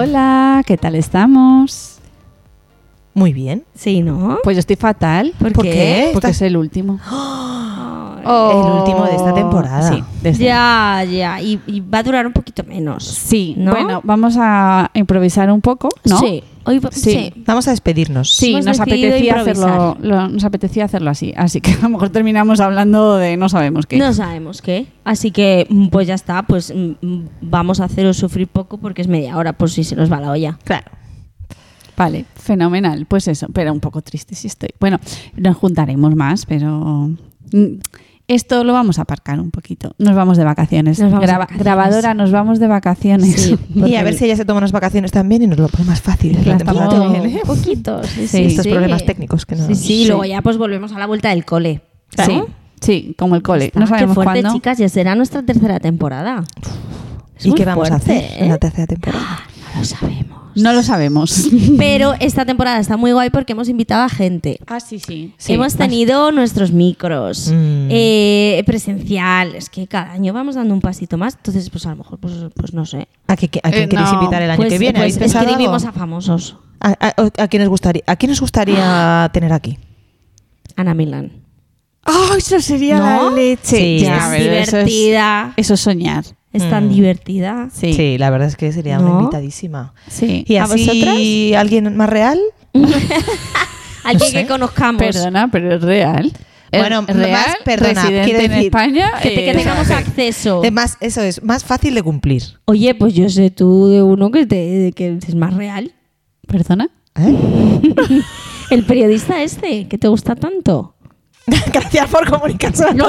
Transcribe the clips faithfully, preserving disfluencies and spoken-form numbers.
Hola, ¿qué tal estamos? Muy bien. Sí, ¿no? Pues yo estoy fatal. ¿Por, ¿Por qué? qué? Porque Estás- es el último. El último de esta temporada. Sí, de esta- Ya, ya. Y, y va a durar un poquito menos. Sí, ¿no? bueno, vamos a improvisar un poco, ¿no? Sí. Hoy va- Sí. sí. Vamos a despedirnos. Sí, Hemos nos decidido apetecía, improvisar. hacerlo, lo- nos apetecía hacerlo así. Así que a lo mejor terminamos hablando de no sabemos qué. No sabemos qué. Así que, mm, pues ya está. Pues mm, mm, vamos a haceros sufrir poco porque es media hora por si se nos va la olla. Claro. Vale, fenomenal. Pues eso, pero un poco triste sí estoy. Bueno, nos juntaremos más, pero mm, esto lo vamos a aparcar un poquito. Nos vamos de vacaciones. Nos vamos de Graba- vacaciones. Grabadora, nos vamos de vacaciones. Sí. Y a ver si ella se toma unas vacaciones también y nos lo pone más fácil. La la temporada estamos- que viene. Poquitos. Sí, Sí, Estos sí. problemas técnicos que no. Sí, sí, luego ya pues volvemos a la vuelta del cole. ¿no? Sí, sí, como el cole. Está, No sabemos qué fuerte, cuándo. chicas, ya será nuestra tercera temporada. Es ¿Y muy qué vamos a fuerte, hacer ¿eh? en la tercera temporada? No lo sabemos. No lo sabemos. Pero esta temporada está muy guay porque hemos invitado a gente. Ah, sí, sí. Hemos tenido nuestros micros Mm. eh, presenciales, que cada año vamos dando un pasito más. Entonces, pues a lo mejor, pues, pues no sé. ¿A, qué- a quién Eh, queréis no. invitar el año Pues, que viene? pues ¿Habéis pensado escribimos algo? a famosos. ¿A, a, a quién os gustaría, ¿A quién os gustaría tener aquí? Ana Milán. ¡Oh, eso sería ¿No? la leche! Sí. Ya, es pero eso es- divertida. Eso es soñar. Es tan Mm. divertida. Sí. Sí, la verdad es que sería una ¿No? invitadísima. Sí. ¿Y ¿A así vosotras? alguien más real? Alguien sé. que conozcamos. Perdona, pero es real. Es Bueno, real, más, perdona, residente quiero en decir, España. Que, te- que eh, tengamos sí. acceso. De más, eso es, más fácil de cumplir. Oye, pues yo sé tú de uno que, te, que es más real. ¿Perdona? ¿Eh? El periodista este, que te gusta tanto. Gracias por comunicarse. No.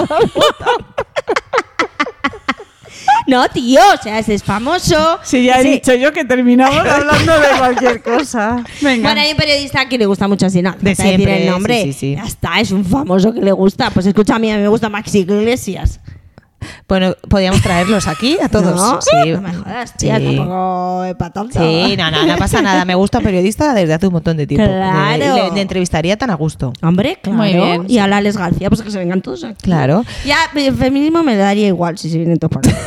No, tío, o sea, ese es famoso. Sí, ya he Ese- dicho yo que terminamos hablando de cualquier cosa. Venga. Bueno, hay un periodista que le gusta mucho así, ¿no? De Hasta decir siempre, el nombre. sí, sí, sí. Ya está, es un famoso que le gusta. Pues escucha, a mí, a mí me gusta Maxi Iglesias. Bueno, podríamos traerlos aquí a todos. ¿No? Sí. No me jodas, tía, Sí. tampoco es para tanto. Sí, no, no, no pasa nada. Me gusta un periodista desde hace un montón de tiempo. Claro. Le, le- le entrevistaría tan a gusto. Hombre, claro. Muy bien. Y a la Alex García, pues que se vengan todos aquí. Claro. Ya, el feminismo me daría igual si se vienen todos por aquí.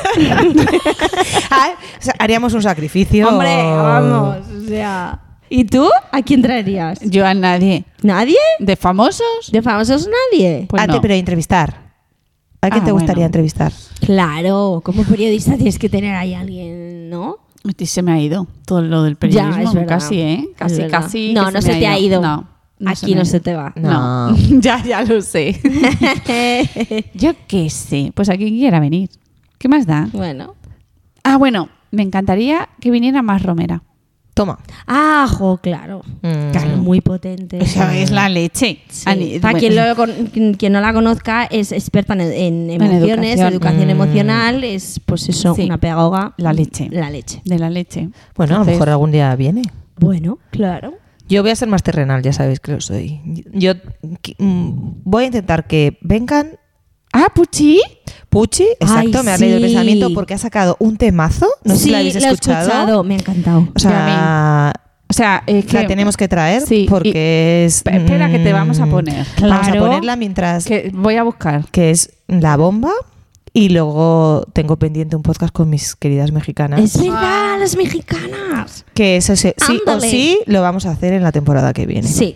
Ah, o sea, haríamos un sacrificio. Hombre, vamos, o sea... ¿Y tú? ¿A quién traerías? Yo a nadie. ¿Nadie? ¿De famosos? ¿De famosos nadie? Pues Ah, te- no. pero entrevistar. ¿A quién Ah, te gustaría bueno. entrevistar? Claro, como periodista tienes que tener ahí a alguien, ¿no? Y se me ha ido todo lo del Ya, periodismo. es verdad. casi, ¿eh? Es Casi, verdad. casi. No, que no me se te ha ido. No. no Aquí me no ha se ido. te va. No. No. ya, ya lo sé. Yo qué sé. Pues a quien quiera venir. ¿Qué más da? Bueno. Ah, bueno, me encantaría que viniera más Romera. Toma. Ah, jo, claro. Mm. Claro, muy potente. Esa es la leche. Sí. Ani- Para bueno, quien, lo con- quien- quien no la conozca, es experta en, en emociones, educación. educación, Mm. emocional, es pues eso, Sí. una pedagoga. La leche. La leche. De la leche. Bueno, a lo Entonces, mejor algún día viene. Bueno, claro. Yo voy a ser más terrenal, ya sabéis que lo soy. Yo qui- mm, voy a intentar que vengan Ah, Puchi. Puchi, exacto, Ay, me ha leído el sí. pensamiento porque ha sacado un temazo. No sé sí, si lo habéis lo he escuchado. escuchado, me ha encantado. O sea, O sea, es que la tenemos que traer Sí, porque es. Pe- espera, que te vamos a mm, poner. Vamos a Claro. ponerla mientras. Que, que voy a buscar. es la bomba. Y luego tengo pendiente un podcast con mis queridas mexicanas. Es verdad, las mexicanas. Que eso sí, sí o Ándale. sí lo vamos a hacer en la temporada que viene. Sí.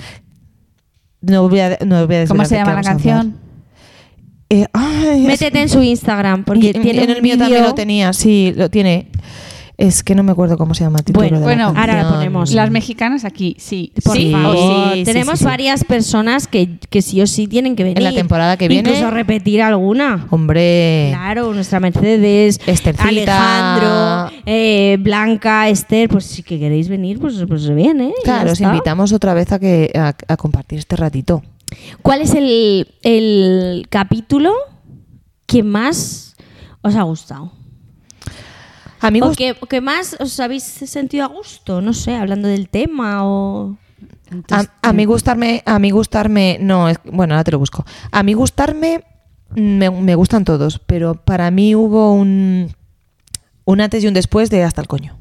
No voy a, no voy a ¿Cómo desvelar se de qué llama la vamos a hablar. canción? Eh, ay, es- Métete en su Instagram porque y- tiene en un el mío también vídeo- lo tenía, sí, lo tiene. Es que no me acuerdo cómo se llama el título Bueno, de la bueno, canción. ahora la ponemos. Las mexicanas aquí, sí. Por sí, favor, sí, sí, tenemos sí, sí. varias personas que, que sí o sí tienen que venir. En la temporada que viene. Incluso repetir alguna. Hombre, Claro, nuestra Mercedes, Estercita. Alejandro, eh, Blanca, Esther, pues si que queréis venir, pues, pues bien, ¿eh? claro, Ya os está. invitamos otra vez a que a, a compartir este ratito. ¿Cuál es el, el capítulo que más os ha gustado? Amigos, ¿O que, o que más os habéis sentido a gusto? No sé, hablando del tema o... a, a mí gustarme, a mí gustarme, no, es, bueno, ahora te lo busco. A mí gustarme, me, me gustan todos, pero para mí hubo un, un antes y un después de Hasta el coño.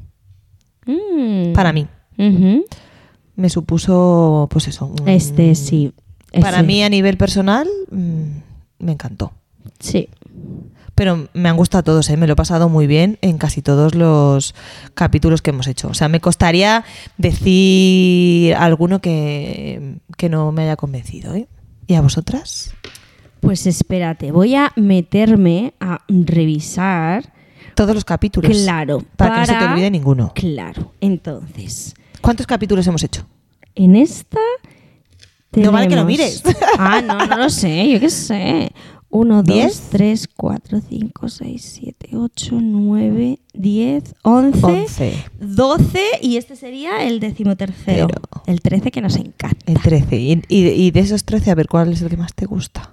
Mm. Para mí. Ujú. Me supuso, pues eso. un- Este sí. Para ese. mí a nivel personal, mm, me encantó. Sí. pero me han gustado todos, ¿eh? Me lo he pasado muy bien en casi todos los capítulos que hemos hecho. O sea, me costaría decir alguno que, que no me haya convencido, ¿eh? ¿Y a vosotras? Pues espérate, voy a meterme a revisar Todos los capítulos. Claro. Para, para que no se te olvide ninguno. Claro. Entonces, ¿cuántos capítulos hemos hecho? en esta No vale que lo tenemos- mires. Ah, no, no lo sé, yo qué sé. uno, dos, ¿Diez? tres, cuatro, cinco, seis, siete, ocho, nueve, diez, once, once. doce y este sería el decimotercero. Pero- El trece que nos encanta. El trece. Y, y, y de esos trece, a ver, ¿cuál es el que más te gusta?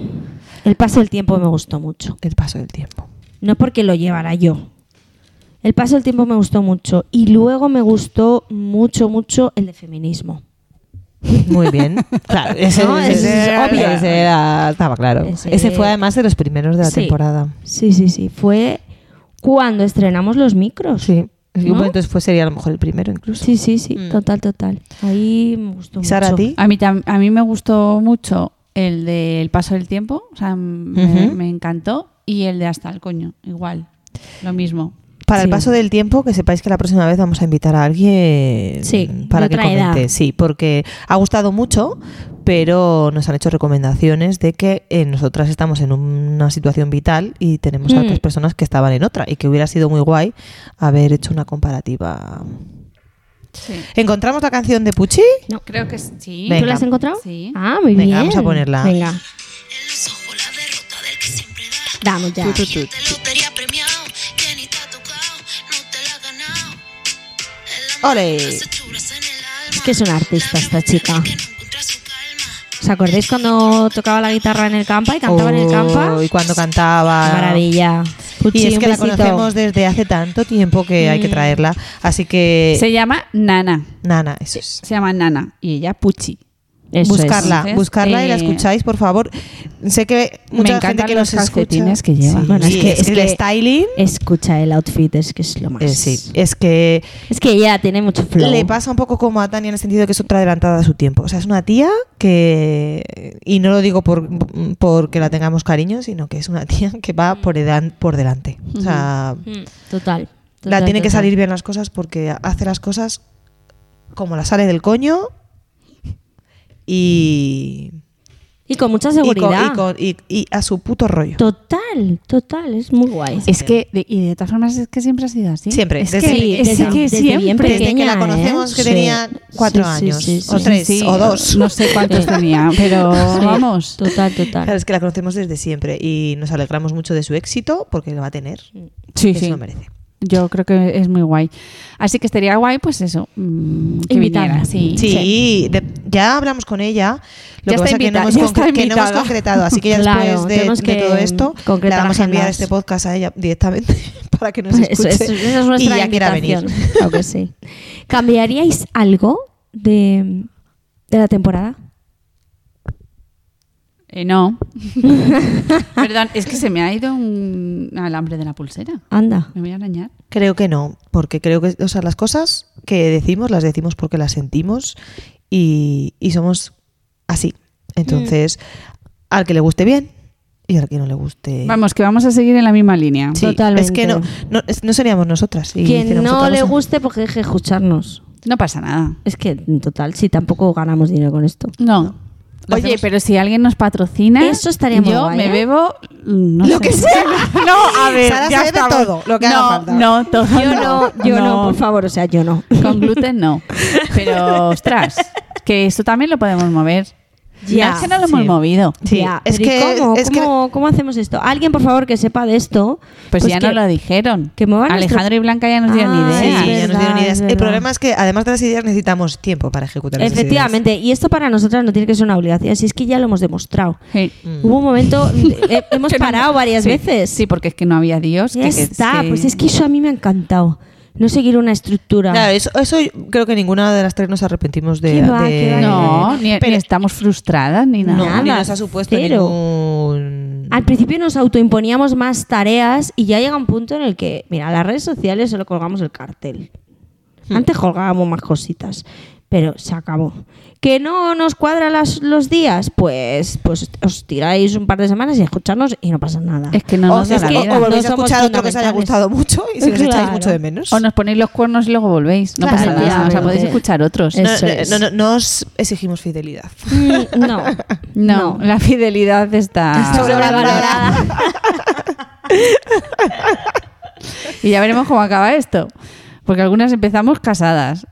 El paso del tiempo me gustó mucho. El paso del tiempo. No porque lo llevara yo. El paso del tiempo me gustó mucho. Y luego me gustó mucho, mucho el de feminismo. Muy bien. Claro, ese, No, ese- ese es ese- obvio. ese era- estaba claro. Ese- Ese fue además de los primeros de la Sí. temporada. Sí, sí, sí. Fue cuando estrenamos los micros. Sí. Y ¿No? bueno, entonces fue, sería a lo mejor el primero incluso. Sí, sí, sí. Mm. Total, total. Ahí me gustó ¿Y Sara, mucho. a ti? A mí, tam- a mí me gustó mucho el del paso del tiempo, o sea, me, Ujú. me encantó, y el de hasta el coño, igual, lo mismo. Para el Sí. paso del tiempo, que sepáis que la próxima vez vamos a invitar a alguien Sí, para de que otra edad. comente. Sí, porque ha gustado mucho, pero nos han hecho recomendaciones de que eh, nosotras estamos en una situación vital y tenemos a Mm. otras personas que estaban en otra, y que hubiera sido muy guay haber hecho una comparativa. Sí. ¿Encontramos la canción de Pucci? No. Creo que sí. Venga. ¿Tú la has encontrado? Sí. Ah, muy Venga, bien. vamos a ponerla. Venga, En los ojos la derrota del que siempre da. damos ya. Tu, tu, tu. De lotería premiado, que ni te ha tocado, no te la has ganado. En la ¡Ole! mano, las hechuras en el alma. Es que es una artista esta chica. Que no encuentra su calma. ¿Os acordáis cuando tocaba la guitarra en el campa y cantaba en el campa? Oh, y cuando cantaba. Maravilla. Puchi, Y es un que la besito. conocemos desde hace tanto tiempo que hay que Mm. traerla. Así que, Se llama Nana, Nana, eso es. se llama Nana, y ella Pucci. Eso es. buscarla, Entonces, buscarla y la eh, escucháis, por favor. Sé que Me mucha encantan gente que los nos escucha. calcetines que lleva. Sí, Bueno, es sí, que- es es que el que- styling, Escucha el outfit, es que es lo más. eh, sí, es que Es que ella tiene mucho flow. le pasa un poco como a Tania en el sentido de que es otra adelantada a su tiempo. O sea, es una tía que, y no lo digo por porque la tengamos cariño, sino que es una tía que va por, edan- por delante. O sea, Mm, Total. la total, tiene que total. salir bien las cosas porque hace las cosas como la sale del coño y, Y con mucha y, con- seguridad. y con- y- y a su puto rollo. Total, total, es muy guay. Es que, de- y de todas formas, es que siempre ha sido así. Siempre, Es desde- que, Sí, es desde- que desde siempre. bien Desde que pequeña, la conocemos ¿eh? que Sí. tenía cuatro Sí, sí, años, sí, o sí. tres, Sí, o dos. No sé cuántos tenía, pero Sí, vamos. Total, total. Claro, es que la conocemos desde siempre y nos alegramos mucho de su éxito porque lo va a tener. Sí, que sí. se lo merece. Yo creo que es muy guay. Así que estaría guay, pues eso, mm, que Invitarla. viniera. Sí, Sí, de- ya hablamos con ella. Lo Ya que pasa está es que no invita- hemos, ya concre- está que no hemos invitada. concretado, así que ya Claro, después de, tenemos de que todo esto, le concretar vamos a enviar agendas. este podcast a ella directamente para que nos escuche Eso, eso- esa es nuestra y ya quiera venir. invitación. Claro que sí. ¿Cambiaríais algo de, de la temporada? Eh, no. Perdón, es que se me ha ido un alambre de la pulsera. Anda. Me voy a arañar. Creo que no, porque creo que, o sea, las cosas que decimos las decimos porque las sentimos y, y somos así. Entonces, al que le guste bien y al que no le guste. Vamos, que vamos a seguir en la misma línea. Sí, Totalmente. es que no, no, es- no seríamos nosotras. si Quien hiciéramos no otra le cosa. guste, porque deje de escucharnos. No pasa nada. Es que, en total, sí, tampoco ganamos dinero con esto. No. Lo Oye, hacemos- pero si alguien nos patrocina, Eso estaría muy yo guay, me ¿eh? bebo mm, no Lo sé. que sea. No, a ver, Sara ya se bebe estamos. todo, lo que haga no, falta. No, todo Yo no, yo no, por favor, o sea, yo no. Con gluten no. Pero, ostras, que esto también lo podemos mover. Ya, No, es que no lo sí. hemos movido. Sí, Ya, es pero ¿y que- ¿cómo, es que- cómo, cómo hacemos esto? Alguien, por favor, que sepa de esto. Pues, ya que- nos lo dijeron. que muevan Alejandro nuestro- y Blanca ya nos dieron Ah, Sí, ideas. es ya nos verdad, dieron es ideas. El verdad. problema es que además de las ideas necesitamos tiempo para ejecutar esas ideas. Efectivamente, y esto para nosotras no tiene que ser una obligación, si es que ya lo hemos demostrado. Sí. Mm. Hubo un momento, eh, hemos Que no- parado varias sí, veces. Sí, porque es que no había Dios. Ya que- que- está, que- pues es que eso a mí me ha encantado. No seguir una estructura. Claro, eso, eso creo que ninguna de las tres nos arrepentimos de. ¿Qué va, de- qué va? No, ni, Pero- ni estamos frustradas ni nada. No, Nada, ni nos ha supuesto cero. ningún. Al principio nos autoimponíamos más tareas y ya llega un punto en el que, mira, las redes sociales solo colgamos el cartel. Hmm. Antes colgábamos más cositas. pero se acabó. ¿Que no nos cuadran las, los días? Pues, pues os tiráis un par de semanas y escucharnos y no pasa nada. Es que no O, nos es da que, la vida. o volvéis No a somos escuchar otro que os haya fundamentales. gustado mucho y si os Claro. echáis mucho de menos. O nos ponéis los cuernos y luego volvéis. No Claro, pasa nada. O sea, efectivamente. podéis escuchar otros. Es- no, Eso es. no, no, no os exigimos fidelidad. Mm, no. No, la fidelidad está Sobrevalorada. Y ya veremos cómo acaba esto. Porque algunas empezamos casadas.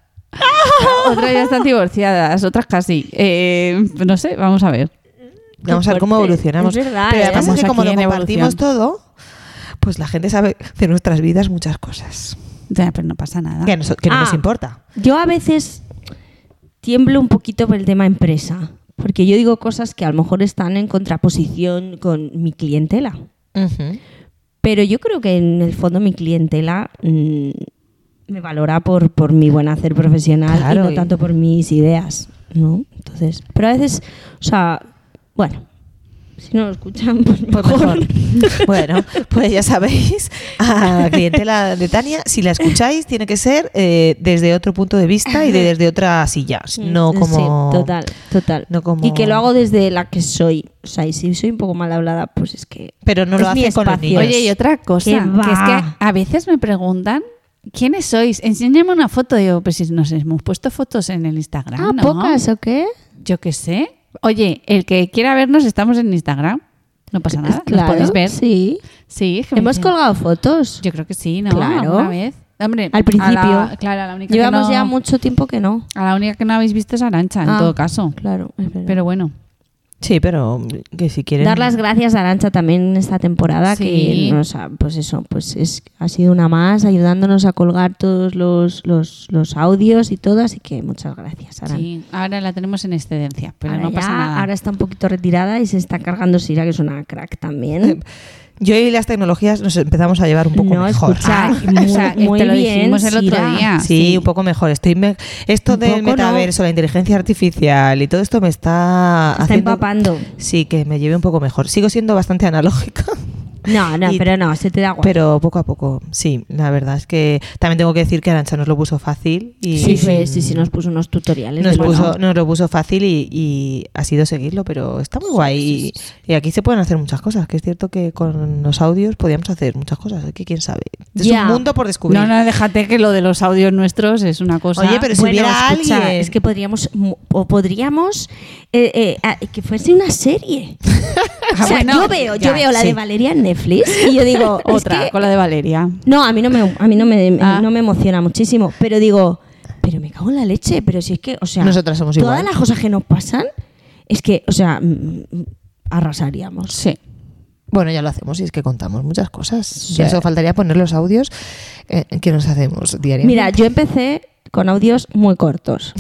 Otras ya están divorciadas, otras casi. Eh, no sé, vamos a ver. Vamos a ver cómo fuerte. evolucionamos. Es verdad, Pero ¿eh? además es que Estamos como aquí lo en compartimos evolución. todo, pues la gente sabe de nuestras vidas muchas cosas. Ya, pero no pasa nada. Que, nos- que no Ah. nos importa. Yo a veces tiemblo un poquito por el tema empresa, porque yo digo cosas que a lo mejor están en contraposición con mi clientela. Ujú. Pero yo creo que en el fondo mi clientela mm, me valora por, por mi buen hacer profesional Claro, y no y- tanto por mis ideas, ¿no? Entonces, pero a veces, o sea, bueno, si no lo escuchan, pues Pues mejor. mejor. Bueno, pues ya sabéis, a la clientela de Tania, si la escucháis, tiene que ser eh, desde otro punto de vista y de- desde otra silla, no como... Sí, total, total. no como- Y que lo hago desde la que soy. O sea, y si soy un poco mal hablada, pues es que... Pero no es lo mi hace con los espacio. niños. Oye, y otra cosa, ¿Qué que es que va? a veces me preguntan ¿quiénes sois? Enséñame una foto. Digo, pues si nos hemos puesto fotos en el Instagram, Ah, ¿no? ¿pocas o qué? Yo qué sé. Oye, el que quiera vernos, estamos en Instagram. No pasa nada. Claro, ¿Nos podéis ver? sí. Sí. es que me Hemos dicen- colgado fotos. Yo creo que sí, ¿no? Claro. Una vez. Hombre, Al principio. a la- claro, a la única Llevamos que no, ya mucho tiempo que no. a la única que no habéis visto es Arantxa, en Ah, todo caso. Claro, es verdad. Pero bueno. Sí, pero que si quieren... Dar las gracias a Arantxa también esta temporada, Sí. que nos ha, pues eso, pues es, ha sido una más ayudándonos a colgar todos los, los, los audios y todo, así que muchas gracias, Arantxa. Sí, ahora la tenemos en excedencia, pero ahora no pasa ya, nada. ahora está un poquito retirada y se está cargando Sira, que es una crack también. Yo y las tecnologías nos empezamos a llevar un poco No, mejor. escucha, Ay, muy, o sea, muy te lo bien, dijimos el otro Sira. día. Sí, sí. un poco mejor. Estoy me- Esto Un del poco, ¿no? metaverso, la inteligencia artificial y todo esto me está Está haciendo... empapando. Sí, que me lleve un poco mejor. Sigo siendo bastante analógica, No, no, Y- pero no, se te da guay. pero poco a poco, sí. La verdad es que también tengo que decir que Arantxa nos lo puso fácil y sí, sí, sí, sí, nos puso unos tutoriales. nos, de puso, bueno. nos lo puso fácil y, y ha sido seguirlo, pero está muy guay. Y, y aquí se pueden hacer muchas cosas, que es cierto que con los audios podíamos hacer muchas cosas, que quién sabe. Es Ya. un mundo por descubrir. No, no, déjate que lo de los audios nuestros es una cosa. Oye, pero si Bueno, hubiera escucha, alguien... es que podríamos mu- o podríamos eh, eh, a- que fuese una serie. Ah, O sea, bueno, yo veo, ya, yo veo la sí. de Valeria en Netflix y yo digo, es Otra, que- con la de Valeria. no, a mí no me a mí no me, Ah. no me emociona muchísimo, pero digo, pero me cago en la leche, pero si es que, o sea, Nosotras somos todas igual. las cosas que nos pasan es que, o sea, mm, mm, arrasaríamos. Sí. Bueno, ya lo hacemos y es que contamos muchas cosas. Sí. Ya eso faltaría poner los audios eh, que nos hacemos diariamente. Mira, yo empecé con audios muy cortos.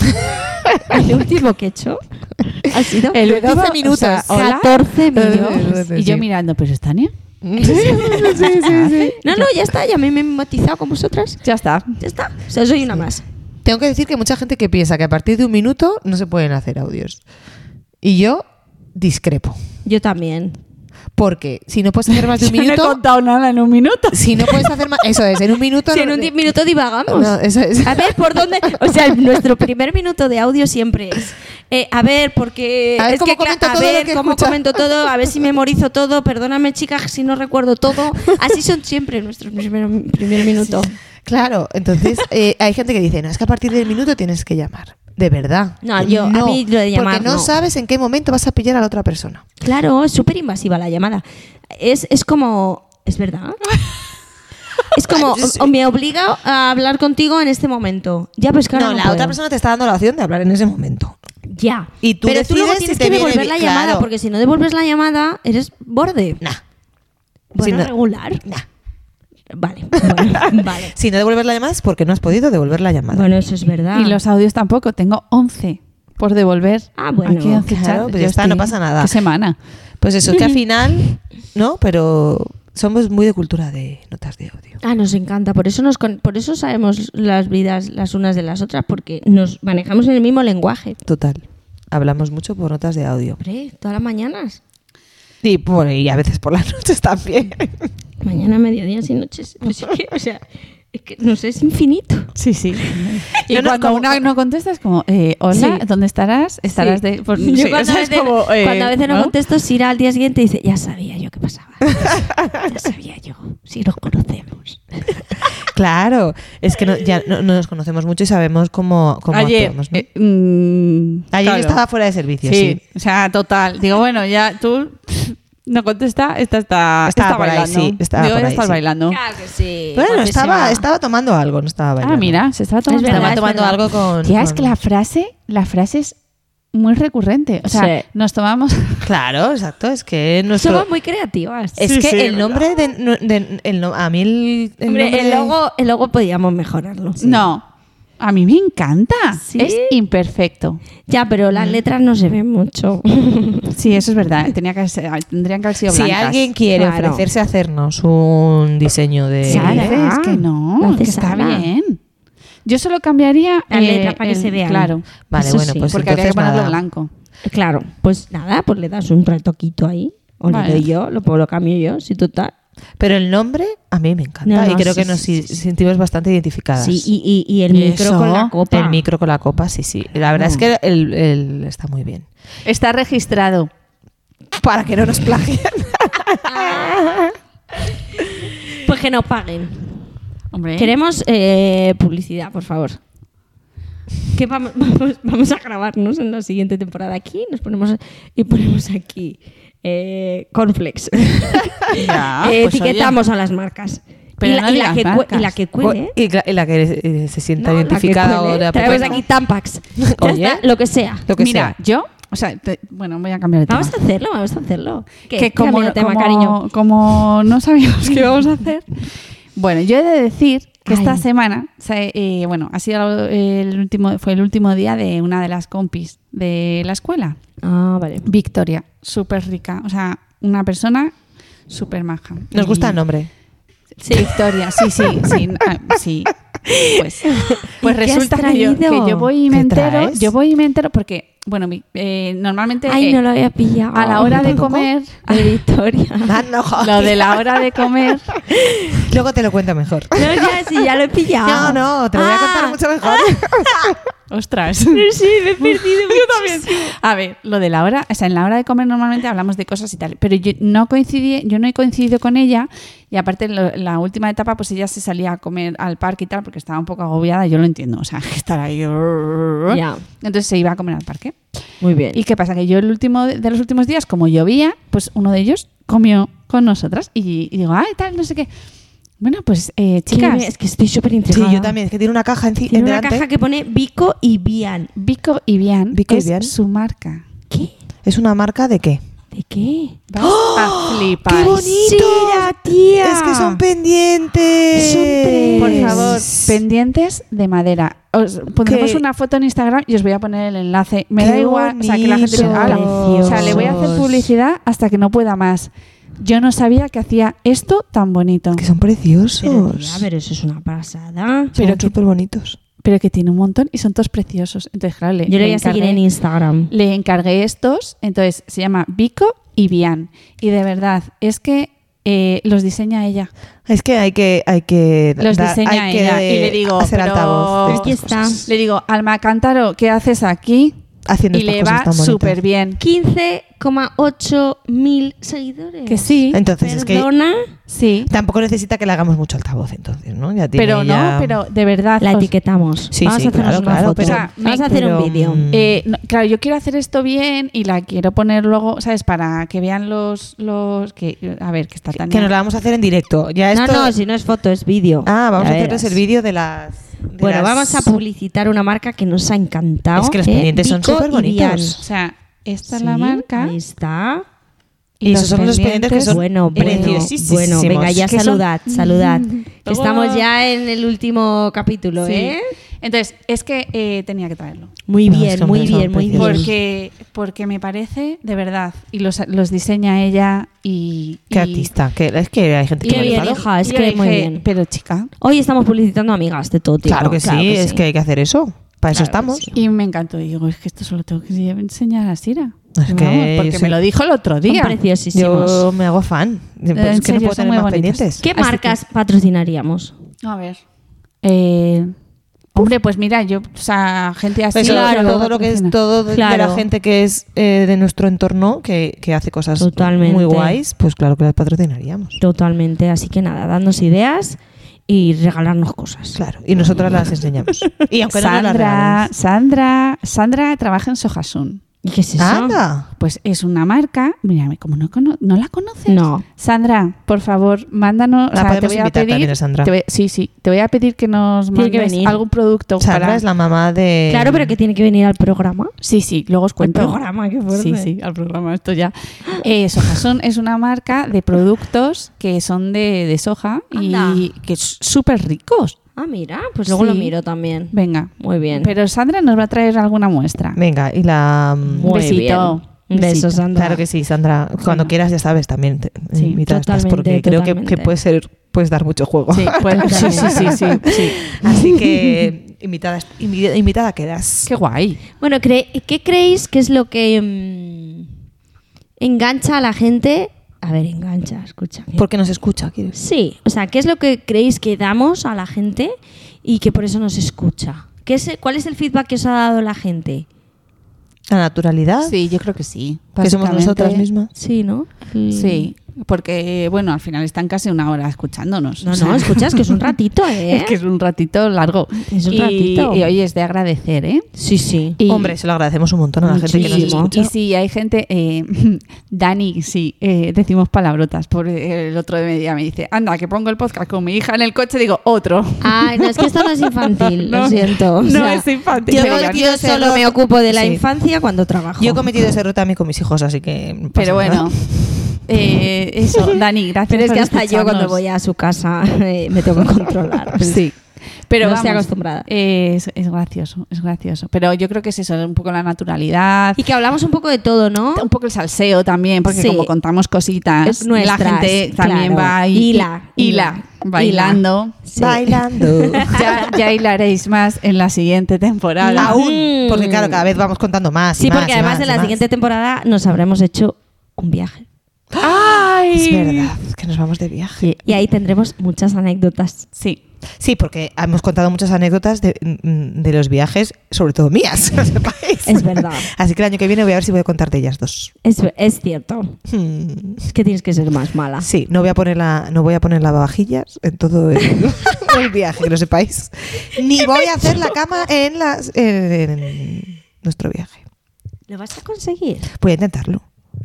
El último que he hecho ha sido El de último, doce minutos, o sea, hola. catorce minutos. Y yo mirando, pero es Tania. sí, sí, sí. No, no, ya está, ya me he mimetizado con vosotras. Ya está. Ya está. O sea, soy una más. Tengo que decir que hay mucha gente que piensa que a partir de un minuto no se pueden hacer audios. Y yo discrepo. Yo también. Porque si no puedes hacer más de un Yo no he minuto... contado nada en un minuto. Si no puedes hacer más... Eso es, en un minuto... Si no- en un di- minuto divagamos. No, eso es. A ver, ¿por dónde? O sea, nuestro primer minuto de audio siempre es, eh, a ver, porque A ver es cómo que, cla- comento a todo lo ver que cómo escucha. comento todo, a ver si memorizo todo, perdóname chicas si no recuerdo todo. Así son siempre nuestros primer, primer minuto. Claro, entonces eh, hay gente que dice, no, es que a partir del minuto tienes que llamar. De verdad. No, yo- a mí lo de llamar, Porque no, no. sabes en qué momento vas a pillar a la otra persona. Claro, es súper invasiva la llamada. Es, es como, es verdad. Es como, Yo sí. o, o me obliga a hablar contigo en este momento. Ya, pues claro. no, no la puedo. otra persona te está dando la opción de hablar en ese momento. Ya. Y tú Pero tú luego decides tienes si te que viene devolver bien, la llamada, claro. porque si no devuelves la llamada, eres borde. Nah. Bueno, Si no- regular. Nah. Vale, bueno, vale. Si no devuelves la llamada es porque no has podido devolver la llamada. Bueno, eso es verdad. Y los audios tampoco. Tengo once por devolver. Ah, bueno. Aquí once Claro, chats. pues Yo ya está, estoy- no pasa nada. ¿Qué semana? Pues eso, es que al final, ¿no? Pero somos muy de cultura de notas de audio. Ah, nos encanta. Por eso nos con- por eso sabemos las vidas las unas de las otras, porque nos manejamos en el mismo lenguaje. Total. Hablamos mucho por notas de audio. Hombre, todas las mañanas. Y, por, y a veces por las noches también. Mañana, mediodía y noches. Pues es que, o sea, Es que no sé, es infinito. Sí, sí. Y No, no, cuando como- una no contesta es como, eh, hola, Sí. ¿dónde estarás? Estarás Sí. de... Por, Yo sí, cuando, o sea, a es veces, como, eh, cuando a veces no, ¿no? contesto, Sira al día siguiente dice, ya sabía yo qué pasaba. Ya sabía yo, si nos conocemos. Claro, es que no, ya no, no nos conocemos mucho y sabemos cómo, cómo Ayer, actuamos, ¿no? eh, mm, Ayer claro. estaba fuera de servicio, Sí, sí. o sea, total. Digo, bueno, ya tú no contesta, esta está, Estaba está por ahí, bailando. sí, estaba Digo, por ya ahí, estás sí. bailando. Claro que sí. Bueno, estaba, profesional. estaba tomando algo, no estaba bailando. Ah, mira, se estaba tomando Es verdad, Estaba es tomando verdad. algo con... Tía, es con- que la frase, la frase es muy recurrente. O sea, Sí. nos tomamos... Claro, exacto, es que nuestro... Somos muy creativas. Es Sí, que sí, el es nombre de, de- el no- a mí el, el Hombre, nombre el de- logo, el logo podíamos mejorarlo. No, a mí me encanta. ¿Sí? Es imperfecto. Ya, pero las letras no se ven mucho. Sí, eso es verdad. Tenía que ser- tendrían que haber sido Si blancas. alguien quiere Claro. ofrecerse a hacernos un diseño de... Sara. Sara, es que no, Lo hace que está Sara. bien. Yo solo cambiaría Las eh, letras para que el- se vean. Claro, Vale, Eso bueno, sí, pues porque habría que entonces ponerlo nada. blanco. Claro, pues nada, pues le das un retoquito ahí. O Vale. le doy yo, lo, lo cambio yo, sí, total. Pero el nombre a mí me encanta No, no, y creo sí, que nos sí, si- sí, sí. sentimos bastante identificadas. Sí, y, y, y el ¿Y micro eso? con la copa. El micro con la copa, sí, sí. La verdad No. es que el, el- está muy bien. Está registrado. Para que no nos plagien. Pues que nos paguen. Hombre, Queremos eh, publicidad, por favor. Que vamos, vamos, vamos a grabarnos en la siguiente temporada aquí, nos ponemos y ponemos aquí eh, cornflakes. Ya, Eh, pues, etiquetamos a las marcas. Pero y, la, no y la digas que, cue- marcas. y la que cuele. Y, la- y la que eh, se sienta No, la que identificada cuele. ahora. Traemos pues, aquí Tampax. Ya Oye. está, lo que sea. lo que mira, sea. yo, o sea, te- bueno, voy a cambiar de tema. Vamos a hacerlo, vamos a hacerlo. ¿Qué? que como, Cambia de tema, como- cariño. como no sabíamos qué íbamos a hacer. Bueno, yo he de decir que esta Ay. semana, o sea, eh, bueno, ha sido el último, fue el último día de una de las compis de la escuela, Ah, vale. Victoria, súper rica, o sea, una persona súper maja. Nos Y- gusta el nombre. Sí, Victoria, sí, sí, sí, ah, sí. Pues, pues ¿Y qué resulta has que yo, traído? que yo voy y me ¿Qué entero, traes? yo voy y me entero porque, bueno, mi- eh, normalmente Ay, eh, no lo había pillado. a la hora de ¿Tampoco? comer, De Victoria. Ah, no, joder. lo de la hora de comer, Luego te lo cuento mejor. No, ya, sí, ya lo he pillado. No, no, te lo voy a contar Ah. mucho mejor. ostras. Sí, me he perdido. Yo también. A ver, lo de la hora, o sea, en la hora de comer normalmente hablamos de cosas y tal, pero yo no coincidí, yo no he coincidido con ella y aparte lo- la última etapa pues ella se salía a comer al parque y tal porque estaba un poco agobiada, yo lo entiendo, o sea, que estar ahí. Ya. Entonces se iba a comer al parque. Muy bien. ¿Y qué pasa? Que yo el último de los últimos días, como llovía, pues uno de ellos comió con nosotras y, y digo, ay, tal, no sé qué. Bueno, pues eh, chicas, Es que estoy súper Sí, intrigada. yo también. Es que tiene una caja en, ci- Tiene en una delante. caja que pone Vico y Bian. Vico y Bian Vico y es Bian. su marca. ¿Qué? ¿Es una marca de qué? ¿De qué? Vas a flipar. ¡Qué bonito! Sí, la tía. Es que son pendientes. Son pre- Por favor, pendientes de madera. Os pondremos ¿Qué? una foto en Instagram y os voy a poner el enlace. Me Qué da igual, o sea, que la gente bonito. diga, "Ala". O sea, le voy a hacer Preciosos. publicidad hasta que no pueda más. Yo no sabía que hacía esto tan bonito, Que son preciosos. Pero, tía, pero eso es una pasada. Pero pero que- súper bonitos. pero que tiene un montón y son todos preciosos. Entonces, claro, le, Yo lo le voy a seguir encargué- en Instagram. Le encargué estos, entonces se llama Vico y Bian. Y de verdad, es que eh, los diseña ella. Es que hay que, hay que, Los dar- diseña hay que ella. Y le digo, hacer pero- altavoz de Aquí estas está. cosas. Le digo, Alma Cántaro, ¿qué haces aquí? Haciendo Y estas le cosas va tan bonitas. súper bien. quince coma ocho mil seguidores. Que sí, Entonces es que Perdona, sí. tampoco necesita que le hagamos mucho altavoz, entonces, ¿no? Ya tiene Pero ya- no, pero de verdad. la os- etiquetamos. Sí, Vamos sí, a hacernos claro, una claro, foto. pero- Vamos a hacer pero, un vídeo. mm, eh, no, claro, yo quiero hacer esto bien y la quiero poner luego, ¿sabes? Para que vean los. los que A ver, que está tan. Que nos la vamos a hacer en directo. Ya No, esto... no, si no es foto, es vídeo. Ah, vamos Ya a hacerles verás. el vídeo de las... de Bueno, las- vamos a publicitar una marca que nos ha encantado. Es que los ¿eh? pendientes son Vico súper y bonitos. Bian. O sea, esta es Sí, la marca. Ahí está. Y esos son los pendientes que son Bueno, bueno, preciosísimos. bueno, venga, ya Que son- saludad, saludad. Que Oh. estamos ya en el último capítulo, Sí. ¿eh? Entonces, es que eh, tenía que traerlo. Muy No, bien, es que muy son bien, muy bien. preciosos. Porque, porque me parece, de verdad, y los, los diseña ella y... Qué y- artista. Que, es que hay gente Qué que no le bien, paro. hija, es y yo que le muy dije, bien. pero chica, Hoy estamos publicitando amigas de todo tipo. Claro que sí, es que hay que hacer eso. Para eso Claro que estamos. sí. y me encantó. Y digo, es que esto solo tengo que enseñar a Sira. Es que Vamos, porque sí. me lo dijo el otro Son día. preciosísimos. Yo me hago fan. Pues en es que no serio, puedo son tener muy más bonitos. pendientes. ¿Qué Así marcas patrocinaríamos? A ver. Eh, hombre, pues mira, yo, o sea, gente así... Eso, claro, todo lo que es todo de Claro. la gente que es eh, de nuestro entorno, que, que hace cosas Totalmente. muy guays, pues claro que las patrocinaríamos. Totalmente. Así que nada, darnos ideas y regalarnos cosas. Claro, y nosotras las enseñamos. Y aunque no nos las Sandra, regales. Sandra, Sandra trabaja en Sojasun. ¿Y qué es eso? ¡Anda! Pues es una marca, mírame, como no, cono- ¿no la conoces? No. Sandra, por favor, mándanos. La o sea, te podemos voy a invitar pedir, también a Sandra. te voy- sí, sí, te voy a pedir que nos Tiene que mandes venir. algún producto Sandra para. es la mamá de... Claro, pero que tiene que venir al programa. Sí, sí, luego os cuento. El programa, qué fuerte. Sí, sí, al programa, esto ya. Eh, Sojasun es una marca de productos que son de, de soja Anda. y que es súper ricos. Ah, mira, pues luego Sí. lo miro también. Venga. Muy bien. Pero Sandra nos va a traer alguna muestra. Venga, y la... Muy besito. bien. Un Besito. beso, Sandra. Claro que sí, Sandra. Cuando Venga. quieras, ya sabes, también te Sí, invitada estás, totalmente, porque creo que, totalmente. que puede ser, puedes dar mucho juego. Sí, pues, sí, sí, sí, sí, sí. Así que invitada, invi- invitada quedas. Qué guay. Bueno, cre- ¿qué creéis que es lo que mm, engancha a la gente? A ver, engancha, escucha. Porque nos escucha, ¿quieres? Sí, o sea, ¿qué es lo que creéis que damos a la gente y que por eso nos escucha? ¿Qué es, ¿Cuál es el feedback que os ha dado la gente? La naturalidad. Sí, yo creo que sí. Que somos Básicamente, nosotras mismas. Sí, ¿no? El- Sí, porque bueno, al final están casi una hora escuchándonos. No, o sea, no, escuchas que es un ratito, ¿eh? es que es un ratito largo. Es un y, ratito. Y oye, es de agradecer, ¿eh? Sí, sí. Y- Hombre, se lo agradecemos un montón a la gente que nos Muchísimo. escucha. Y sí, hay gente, eh, Dani, sí, eh, decimos palabrotas. Por el otro día me dice, anda, que pongo el podcast con mi hija en el coche, digo, otro. Ay, no, es que esto no es infantil, No, lo siento. O no sea, es infantil. Yo, pero ya- yo ese solo error- me ocupo de la Sí. infancia cuando trabajo. Yo he cometido ese error también con mis hijos, así que... no pasa Pero nada. bueno, eh, eso, Dani, gracias Pero es por que hasta yo cuando escucharnos. voy a su casa eh, me tengo que controlar. Sí. Pero No vamos, estoy acostumbrada. eh, es, es gracioso, es gracioso. Pero yo creo que es eso, un poco la naturalidad, Y que hablamos un poco de todo, ¿no? un poco el salseo también, porque Sí. como contamos cositas, Es la nuestras, gente también claro. va ahí, Hila, hila, hila, bailando. Sí. Bailando. Ya, ya hilaréis más en la siguiente temporada. Aún. Mm. Porque claro, cada vez vamos contando más. y Sí, más, porque y además más, de y la más. siguiente temporada nos habremos hecho un viaje. ¡Ay! Es verdad, que nos vamos de viaje. Y ahí tendremos muchas anécdotas. Sí. Sí, porque hemos contado muchas anécdotas de, mm, de los viajes, sobre todo mías, que sepáis. Es verdad. Así que el año que viene voy a ver si voy a contar de ellas dos. Es, es cierto. Hmm. Es que tienes que ser más mala. Sí, no voy a poner la, no voy a poner lavavajillas en todo el, el viaje, que lo sepáis. Ni voy a hacer la cama en las en, en nuestro viaje. ¿Lo vas a conseguir? Voy a intentarlo.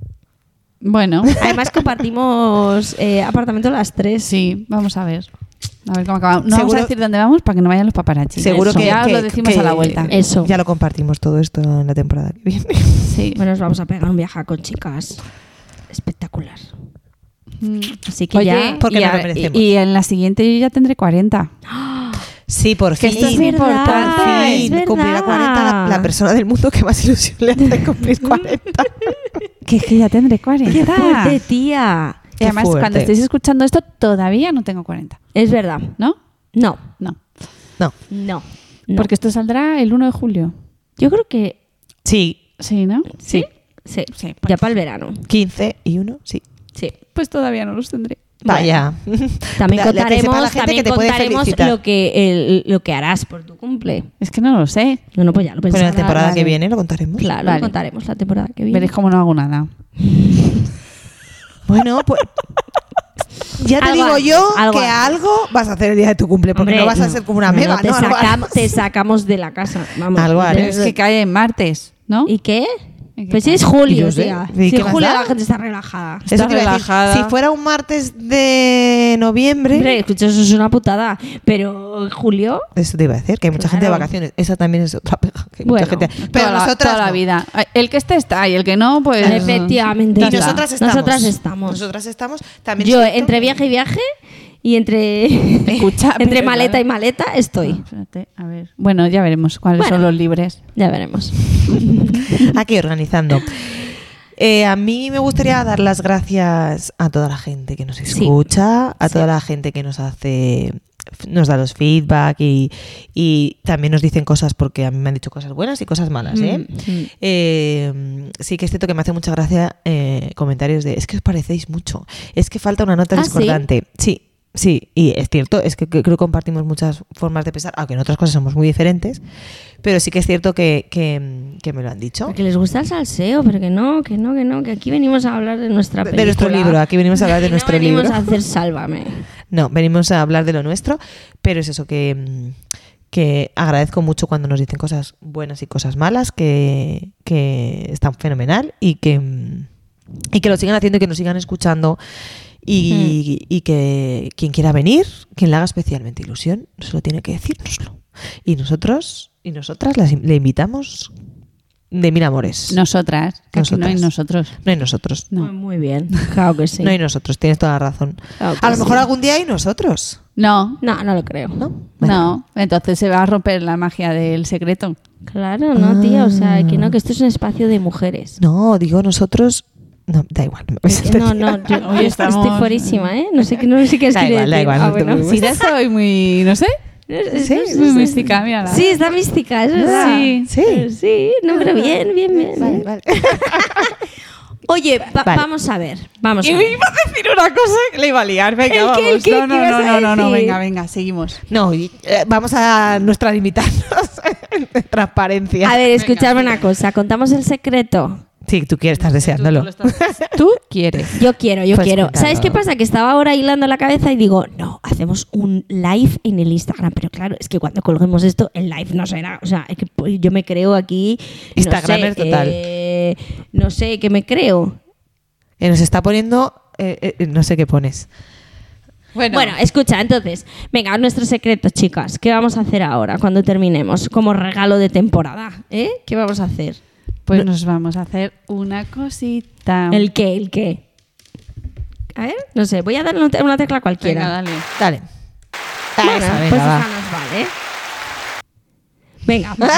Bueno, Además compartimos eh, apartamento las tres. sí, vamos a ver. A ver cómo acabamos. No vamos Seguro- a decir dónde vamos para que no vayan los paparazzi. Seguro Eso. que ya os que- lo decimos que- a la vuelta. Eso. Ya lo compartimos todo esto en la temporada que viene. Sí. Bueno, nos vamos a pegar un viaje con chicas. Espectacular. Mm. Así que Oye, ya... Porque y, nos lo a- merecemos. y- y en la siguiente yo ya tendré cuarenta. Sí, por Que fin. esto es importante. Por es fin. verdad. Cumplirá cuarenta la, la persona del mundo que más ilusión le hace cumplir cuarenta. Que es que ya tendré cuarenta. ¡Qué fuerte, tía! Y además, fuerte. cuando estéis escuchando esto, todavía no tengo cuarenta. Es verdad. ¿No? No, No. No. no. no. Porque esto saldrá el uno de julio. yo creo que... Sí, Sí, ¿no? Sí. Sí. Sí, pues- Ya para el verano. quince y uno, sí. Sí. Pues todavía no los tendré. Vaya. También La- la que sepa contaremos, la gente también que te puede contaremos felicitar. lo que, el- lo que harás por tu cumple. Es que no lo sé. No, no, pues ya lo Pero en pensarás. la temporada vale. que viene lo contaremos. Claro, Vale. lo contaremos la temporada que viene. Veréis cómo no hago nada. Bueno, pues ya te Algo digo harás, yo algo que harás. algo vas a hacer el día de tu cumple, porque Hombre, no vas a ser como una no, meba, te, ¿no? Algo sacamos, harás. te sacamos de la casa. Vamos. Algo harás. Pero es que cae en martes, ¿no? ¿Y qué? ¿Y qué Pues si tal? es Y julio, yo sé. tía. ¿Y Si qué es más julio da? la gente está relajada. Eso Está te iba a decir, relajada. si fuera un martes de noviembre, Hombre, escucha, eso es una putada. Pero en julio... eso te iba a decir, que hay mucha gente de Claro. vacaciones. Esa también es otra pega. Que hay Bueno, mucha gente. Pero Toda la- nosotras toda la no. vida. El que esté está y el que no, pues. Efectivamente. Y Ya está. nosotras estamos. Nosotras estamos. Nosotras estamos. También Yo, siento- entre viaje y viaje, y entre, Escucha, entre pero maleta claro. y maleta, estoy. Espérate, a ver. Bueno, ya veremos cuáles Bueno. son los libres. Ya veremos. Aquí organizando. Eh, a mí me gustaría dar las gracias a toda la gente que nos escucha, a Sí. toda la gente que nos hace, nos da los feedback y, y también nos dicen cosas, porque a mí me han dicho cosas buenas y cosas malas. ¿eh? Mm, mm. Eh, sí que es cierto que me hace mucha gracia eh, comentarios de es que os parecéis mucho, es que falta una nota ¿Ah, discordante. Sí, Sí, y es cierto, es que, que creo que compartimos muchas formas de pensar, aunque en otras cosas somos muy diferentes, pero sí que es cierto que, que, que me lo han dicho. Porque les gusta el salseo, pero que no, que no, que no, que aquí venimos a hablar de nuestra De, película. de nuestro libro, aquí venimos a hablar de Aquí nuestro no venimos libro. a hacer Sálvame. No, venimos a hablar de lo nuestro, pero es eso que, que agradezco mucho cuando nos dicen cosas buenas y cosas malas, que, que están fenomenal y que, y que lo sigan haciendo y que nos sigan escuchando. Y, mm. y que quien quiera venir, quien le haga especialmente ilusión, solo tiene que decírnoslo. Y nosotros y nosotras las, le invitamos de mil amores. Nosotras, que nosotras. Aquí no hay nosotros. No hay nosotros. No. Muy bien, claro que sí. No hay nosotros, tienes toda la razón. Claro que a lo mejor sí. algún día hay nosotros. No, No, no lo creo. ¿No? no. Entonces se va a romper la magia del secreto. Claro, no, tía, o sea, que no, que esto es un espacio de mujeres. No, digo nosotros. No, da igual. No, me Es que no, no, yo, Hoy yo estamos- estoy fuerísima, ¿eh? No sé qué, no sé qué Da quiere igual, da decir. igual, Ah, no te bueno. preocupes. Sí, ya soy muy, no sé, Sí, muy mística, mírala. Sí, está mística, es verdad. Sí. Sí. Eh, Sí, no, pero bien, bien, bien. Vale, bien. vale. Oye, va- Vale. vamos a ver, vamos Y a me ver. iba a decir una cosa que le iba a liar. Venga, ¿El qué, vamos. el qué? no, ¿Qué no, ibas no, a no, no, no, decir? venga, venga, seguimos. No, y, eh, vamos a nuestra limitarnos en transparencia. A ver, escuchadme una cosa, contamos el secreto. Sí, tú quieres, estás deseándolo. Tú quieres. Yo quiero, yo Pues quiero. cuéntalo. ¿Sabes qué pasa? Que estaba ahora hilando la cabeza y digo, no, hacemos un live en el Instagram. Pero claro, es que cuando colguemos esto, el live no será. O sea, es que pues, yo me creo aquí. Instagramer no sé, total. eh, no sé qué me creo. Eh, nos está poniendo. eh, eh, no sé qué pones. Bueno, Bueno, escucha, entonces, venga, nuestro secreto, chicas. ¿Qué vamos a hacer ahora cuando terminemos? Como regalo de temporada, ¿eh? ¿Qué vamos a hacer? pues nos vamos a hacer una cosita. ¿El qué? ¿El qué? A ver, no sé, voy a darle una te- una tecla cualquiera. Venga, dale. Dale. Bueno, Esa, venga, pues va. esa nos vale. Venga.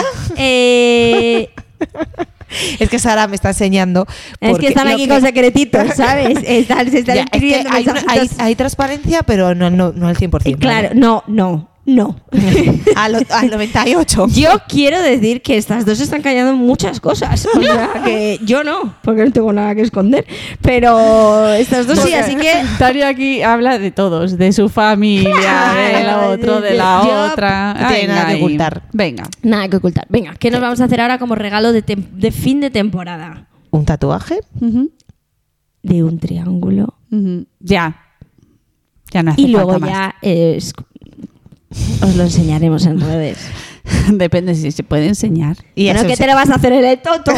eh, Es que Sara me está enseñando. es porque que están lo aquí que- con secretitos, ¿sabes? Están, se están Ya, es que escribiendo hay, una- hay, mensajitos. hay transparencia, pero no, no, no al cien por Y ciento. claro, ¿vale? no, no, no. Al, al noventa y ocho. Yo quiero decir que estas dos están callando muchas cosas. O sea, que yo no, porque no tengo nada que esconder. Pero estas dos sí, así que. Tario aquí habla de todos, de su familia, del Claro, otro, de de- la yo- otra. no tiene Venga, nada que ahí. ocultar. Venga. Nada que ocultar. Venga, ¿qué nos vamos a hacer ahora como regalo de, tem- de fin de temporada? Un tatuaje. Ujú, De un triángulo. ujú. Ya. Ya no hace Y luego falta más. ya eh, es- os lo enseñaremos en redes. Depende si se puede enseñar. Y Bueno, eso ¿qué se- te lo vas a hacer en el toto?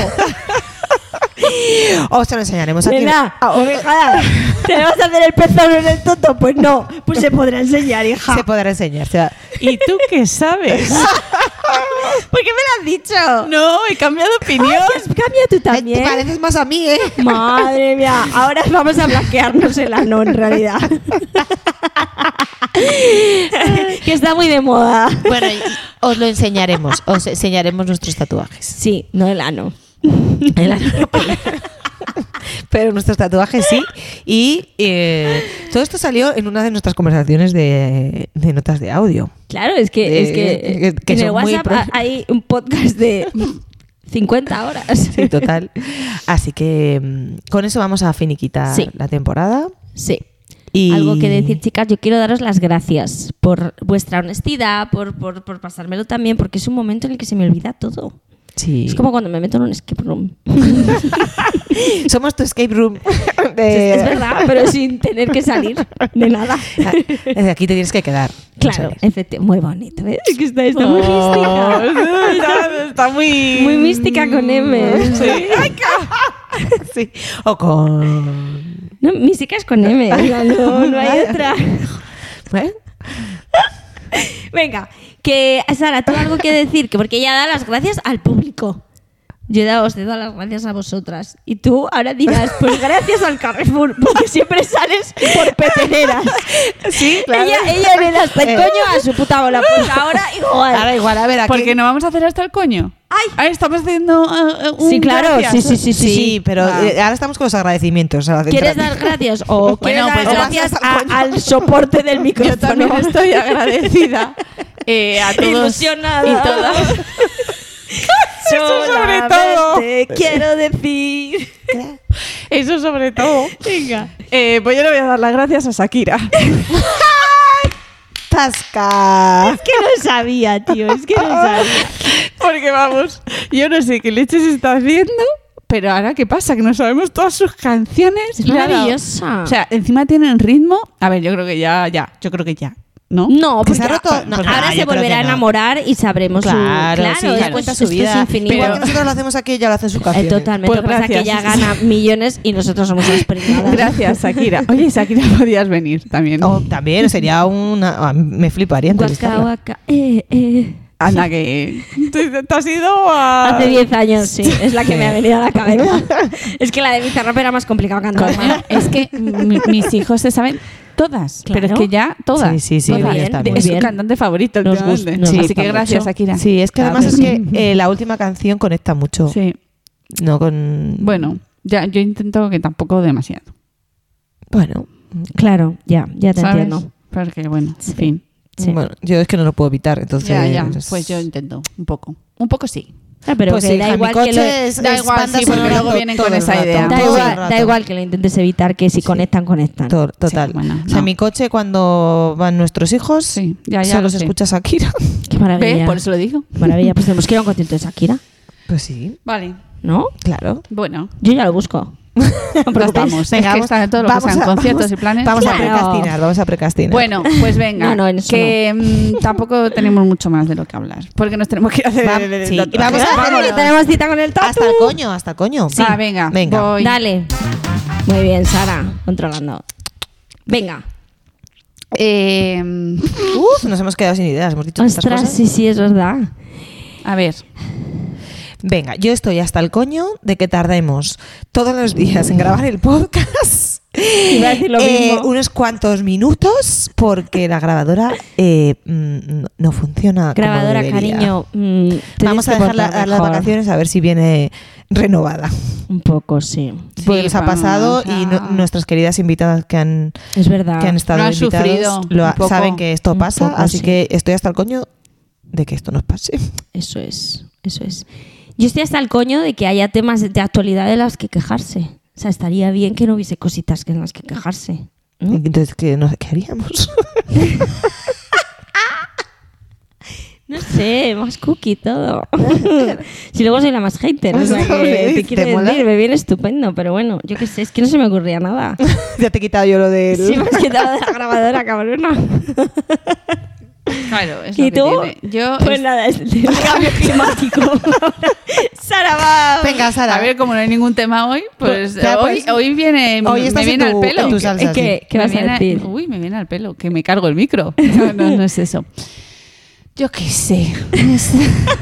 O se lo enseñaremos aquí. Nena, hija, ¿te lo vas a hacer el pezón en el toto? Pues no, pues se podrá enseñar, hija. Se podrá enseñar. se va- ¿Y tú qué sabes? ¿Por qué me lo has dicho? No, he cambiado de opinión. Pues cambia tú Ay, también. Te pareces más a mí, ¿eh? Madre mía, ahora vamos a blanquearnos el ano en realidad. Que está muy de moda. Bueno, y- y os lo enseñaremos. Os enseñaremos nuestros tatuajes. Sí, no el ano. El ano no, pero- Pero nuestros tatuajes sí. Y eh, todo esto salió en una de nuestras conversaciones de, de notas de audio. Claro, es que, De- es que, que- que en el son muy WhatsApp pro- ha- hay un podcast de cincuenta horas. Sí, total. Así que mm, con eso vamos a finiquitar Sí. la temporada. Sí. Y... Algo que decir, chicas, yo quiero daros las gracias por vuestra honestidad, por, por, por pasármelo también, porque es un momento en el que se me olvida todo. Sí. Es como cuando me meto en un escape room. Somos tu escape room. de- Es verdad, pero sin tener que salir de nada. Desde aquí te tienes que quedar. Claro, efectivamente. Muy bonito, ¿ves? Que está, está muy Oh, mística. está, está muy... Muy mística con M. Sí. Ay, Sí. O con... No, mística es con M. o sea, no, no hay otra. ¿Eh? Venga, que Sara, tú algo que decir, que porque ella da las gracias al público. Yo he dado, os he dado las gracias a vosotras. Y tú ahora dirás, pues gracias al Carrefour, porque siempre sales por peteneras. Sí, claro. Ella, ella en el hasta el Eh. coño a su puta bola. Pues ahora igual. Ahora igual, a ver, aquí... Porque no vamos a hacer hasta el coño. ¡Ay! Ahí estamos haciendo uh, uh, un Sí, claro, gracias. sí, sí, sí, Sí, sí. pero Ah. eh, ahora estamos con los agradecimientos. a la ¿Quieres central. dar gracias o quieres dar pues yo- gracias vas hasta el a- coño. al soporte del micrófono? Yo también estoy agradecida eh, a todos Ilusionada. y todas. Eso sobre todo. Solamente quiero decir. Eso sobre todo. Venga. Eh, pues yo le voy a dar las gracias a Shakira. ¡Zasca! Es que no sabía, tío, es que no sabía. Porque vamos, yo no sé qué leche se está haciendo, pero ahora ¿qué pasa? Que no sabemos todas sus canciones. Es Le ha dado- maravillosa. O sea, encima tienen ritmo. A ver, yo creo que ya, ya, yo creo que ya, ¿no? No, Que porque se ha roto- no, pues ah, ahora yo se creo volverá que a no. enamorar y sabremos Claro, su... sí, Claro, ya es- cuenta esto su es vida. infinito. Igual que nosotros lo hacemos aquí, ella lo hace en su Eh, canción. totalmente. Pues Lo que pasa es que gracias. ella gana millones y nosotros somos las privadas. Gracias, Shakira. Oye, Shakira, podías venir también. Oh, también sería una... ah, me fliparía Guaca, entrevistarla. guaca, eh, eh. Anda, que te, te has ido a... Hace diez años, sí. Es la que me ha venido a la cabeza. Es que la de Bizarrap era más complicado cantar. Coño, es que mi- mis hijos se saben todas, Claro. pero es que ya todas. Sí, sí, sí, Muy todas. bien, está De- muy es su bien. cantante favorito. Nos últimamente. gusta- nos Así gusta que gracias, mucho. Shakira. Sí, es que Claro además es sí. que eh, la última canción conecta mucho. Sí. No con... Bueno, ya yo intento que tampoco demasiado. Bueno, Claro, ya, ya te ¿Sabes? entiendo. Porque bueno, Sí. en fin. Sí. bueno, yo es que no lo puedo evitar, entonces... Ya, ya. Pues yo intento un poco. Un poco sí. Ah, pero Pues que sí, da hija, igual mi que lo... coche es- Da es igual, banda sí, porque sonora luego to- vienen todo con el esa rato, idea. Da todo igual, el rato. da igual que lo intentes evitar, que si conectan, conectan. To- Total. Sí, bueno, o sea, no. mi coche cuando van nuestros hijos, Sí, ya, ya solo lo se sé. escucha Shakira. Qué maravilla. ¿Ves? Por eso lo digo. Maravilla, pues tenemos que ir a un concierto de Shakira, Pues sí, Vale. ¿no? claro. Bueno, Yo ya lo busco. no preocupamos. Venga, es que está todo lo que vamos sean a- conciertos vamos- y planes. Vamos a Claro. precastinar, vamos a precastinar. Bueno, pues venga, No, no, en eso que mm, tampoco tenemos mucho más de lo que hablar, porque nos tenemos que ir a hacer Va- el- el- sí, el- y vamos a hacer Vámonos, el- tenemos cita con el tatu. hasta el coño, hasta el coño. Ah, venga, Venga. voy. Dale. Muy bien, Sara, controlando. Venga. Eh, Uf, nos hemos quedado sin ideas, hemos dicho tantas Ostras, cosas. sí, sí, es verdad. a ver, Venga, yo estoy hasta el coño de que tardemos todos los días en grabar el podcast. Iba a decir lo eh, mismo. unos cuantos minutos porque la grabadora eh, mm, no funciona. como Grabadora, debería. cariño. mm, te Vamos a tienes que dejar la- portar las mejor. vacaciones a ver si viene renovada. Un poco, sí. Porque Sí, nos ha vamos, pasado ah. y nu- nuestras queridas invitadas que han, Es verdad. que han estado Lo han invitados sufrido lo ha- un poco. saben que esto Un pasa, poco, así sí. que estoy hasta el coño de que esto nos pase. Eso es, eso es. Yo estoy hasta el coño de que haya temas de, de actualidad de las que quejarse. O sea, estaría bien que no hubiese cositas que en las que quejarse. ¿no? Entonces, ¿qué, no sé, ¿qué haríamos? No sé, más cookie todo. Si luego soy la más hater, o sea, que te quiero ¿Te mola? decir, me viene estupendo, pero bueno, yo qué sé, es que no se me ocurría nada. Ya te he quitado yo lo del... Sí, me has quitado de la grabadora, cabrona. claro, es ¿Y lo que tú? tiene. Yo Pues es- nada, es el cambio climático. Sara va. Venga, Sara. a ver, como no hay ningún tema hoy, pues, Pues, ya, hoy, pues, hoy viene, hoy me estás viene en tu- al pelo. en tu salsa, ¿Qué, sí. qué Me vas a viene- decir? Uy, me viene al pelo, que me cargo el micro. No, no, no es eso. Yo qué sé. Es-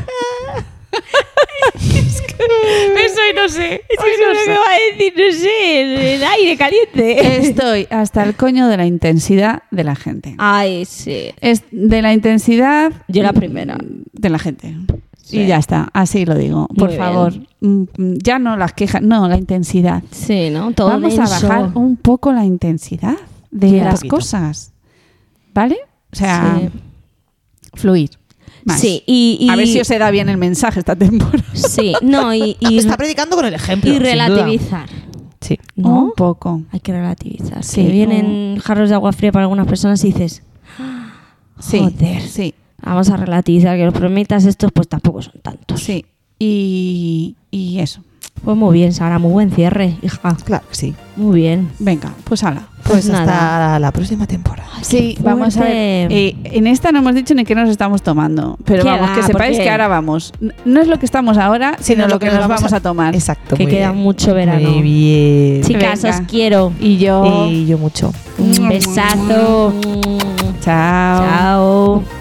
Eso y no sé. Es que seguro que va a decir, no sé, el, el aire caliente. Estoy hasta el coño de la intensidad de la gente. Ay, sí. Es de la intensidad. Yo la primera. De la gente. Sí. Y ya está, así lo digo. Por Muy favor, mm, ya no las quejas, no, la intensidad. Sí, ¿no? Todo Vamos denso. a bajar un poco la intensidad de Ya. las Un poquito. cosas. ¿Vale? O sea, Sí. fluir. Más. Sí, y, y- A ver si os se da bien el mensaje esta temporada. Sí, no, y, y, Está predicando con el ejemplo. y sin duda. relativizar. Sí. ¿No? Un poco. Hay que relativizar. Sí. Que vienen jarros de agua fría para algunas personas y dices, Sí. joder, Sí. vamos a relativizar que los problemitas estos pues tampoco son tantos. Sí. Y, y eso. Pues muy bien, Sara, muy buen cierre, hija. Claro que sí. Muy bien. Venga, pues ala. Pues, Pues hasta nada. la próxima temporada. Sí, qué vamos a ver. fuerte. Eh, en esta no hemos dicho ni qué nos estamos tomando, pero ¿Qué vamos, va? que sepáis Porque- que ahora vamos. N- No es lo que estamos ahora, sino, lo que, nos vamos a, tomar. Exacto. Que muy queda bien. mucho verano. Muy bien. Chicas, Venga. os quiero. Y yo. Y yo mucho. Un besazo. Chao. Chao.